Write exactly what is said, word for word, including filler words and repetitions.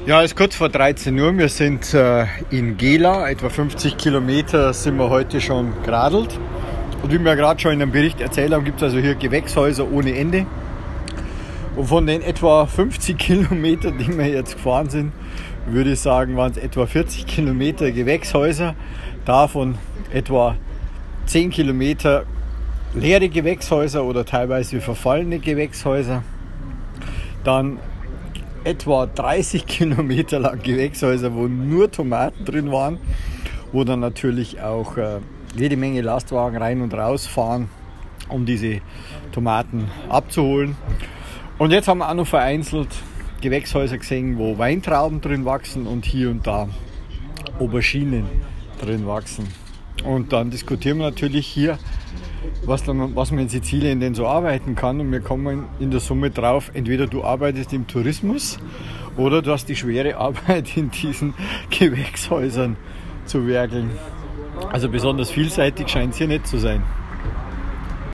Ja, es ist kurz vor dreizehn Uhr. Wir sind äh, in Gela. Etwa fünfzig Kilometer sind wir heute schon geradelt. Und wie wir gerade schon in einem Bericht erzählt haben, gibt es also hier Gewächshäuser ohne Ende. Und von den etwa fünfzig Kilometern, die wir jetzt gefahren sind, würde ich sagen, waren es etwa vierzig Kilometer Gewächshäuser. Davon etwa zehn Kilometer leere Gewächshäuser oder teilweise verfallene Gewächshäuser. Dann etwa dreißig Kilometer lang Gewächshäuser, wo nur Tomaten drin waren, wo dann natürlich auch äh, jede Menge Lastwagen rein und raus fahren, um diese Tomaten abzuholen. Und jetzt haben wir auch noch vereinzelt Gewächshäuser gesehen, wo Weintrauben drin wachsen und hier und da Auberginen drin wachsen. Und dann diskutieren wir natürlich hier, was, dann, was man in Sizilien denn so arbeiten kann. Und wir kommen in der Summe drauf, entweder du arbeitest im Tourismus oder du hast die schwere Arbeit in diesen Gewächshäusern zu werkeln. Also besonders vielseitig scheint es hier nicht zu sein.